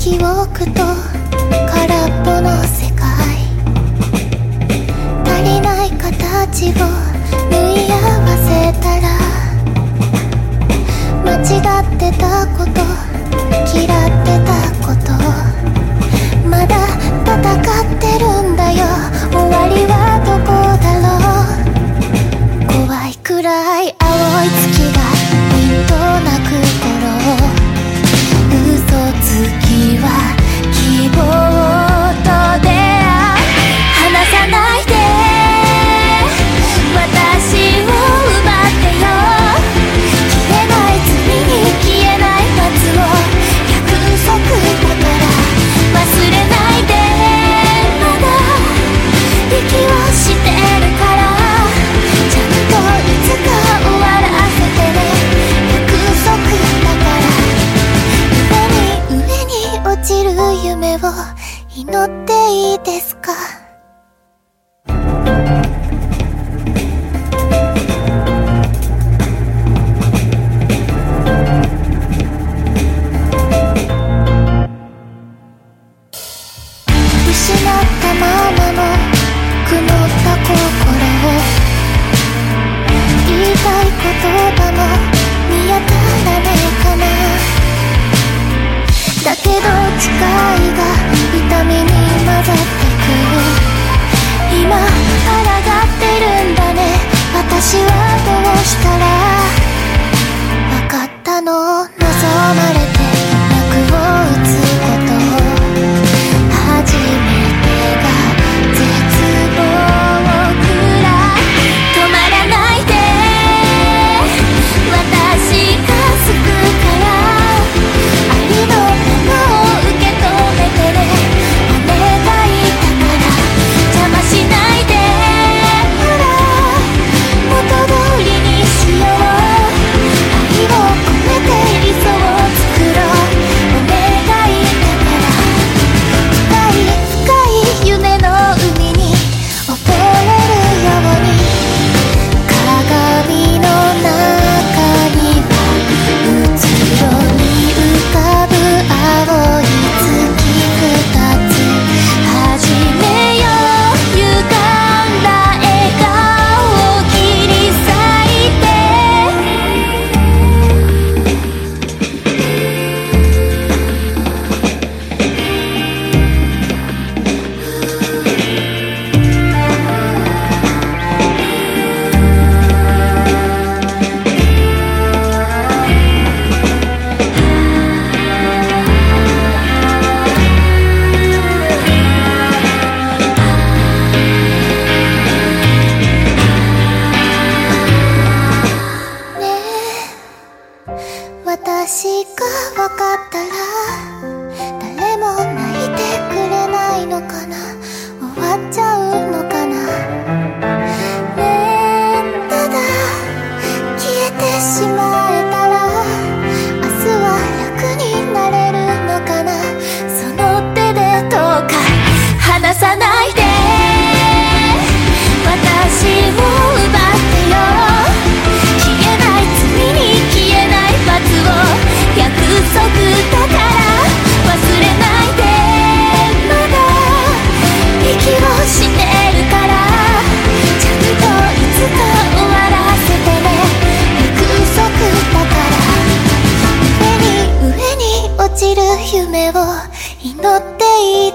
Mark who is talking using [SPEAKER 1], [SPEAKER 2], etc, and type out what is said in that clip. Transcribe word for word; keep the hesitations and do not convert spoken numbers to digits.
[SPEAKER 1] 記憶と空っぽの世界、足りない形を縫い合わせたら、間違ってたこと、嫌ってたこと、まだ戦ってるんだよ。終わりはどこだろう。怖いくらい青い月がピンとなく頃、嘘つきは希望と出会う。離さないで私を奪ってよ。消えない罪に消えない夏を約束だから忘れないで。まだ息をしてるからちゃんといつか終わらせてね。約束だから上に上に落ちる夢を祈っていいですか。失ったままの曇った心を、言いたい言葉も見当たらねえかな。だけど誓いが痛みに混ざってくる。今抗ってるんだね。私はどうしたら。分かったの、望まれて幕を打つこと、初めてが絶望くらい。止まらないで私が救うから、ありのままを受け止めてね。お願いだから邪魔しないで。ほら元通りにしよう。愛を込めて理想を作ろう。お願いだから深い深い夢の海に溺れるように。鏡の中にはうつろに浮かぶ青い月二つ。始めよう歪んだ笑顔を切り裂いて。ねえ、私が分かったら誰も泣いてくれないのかな。終わっちゃうのかな。ねえ、ただ消えてしまえたら明日は楽になれるのかな。その手でどうか離さないで私を奪ってよ。消えない罪に消えない罰を約束だから忘れないで。まだ息をしてるからちゃんといつか終わらせてね。約束だから上に上に落ちる夢を祈っていい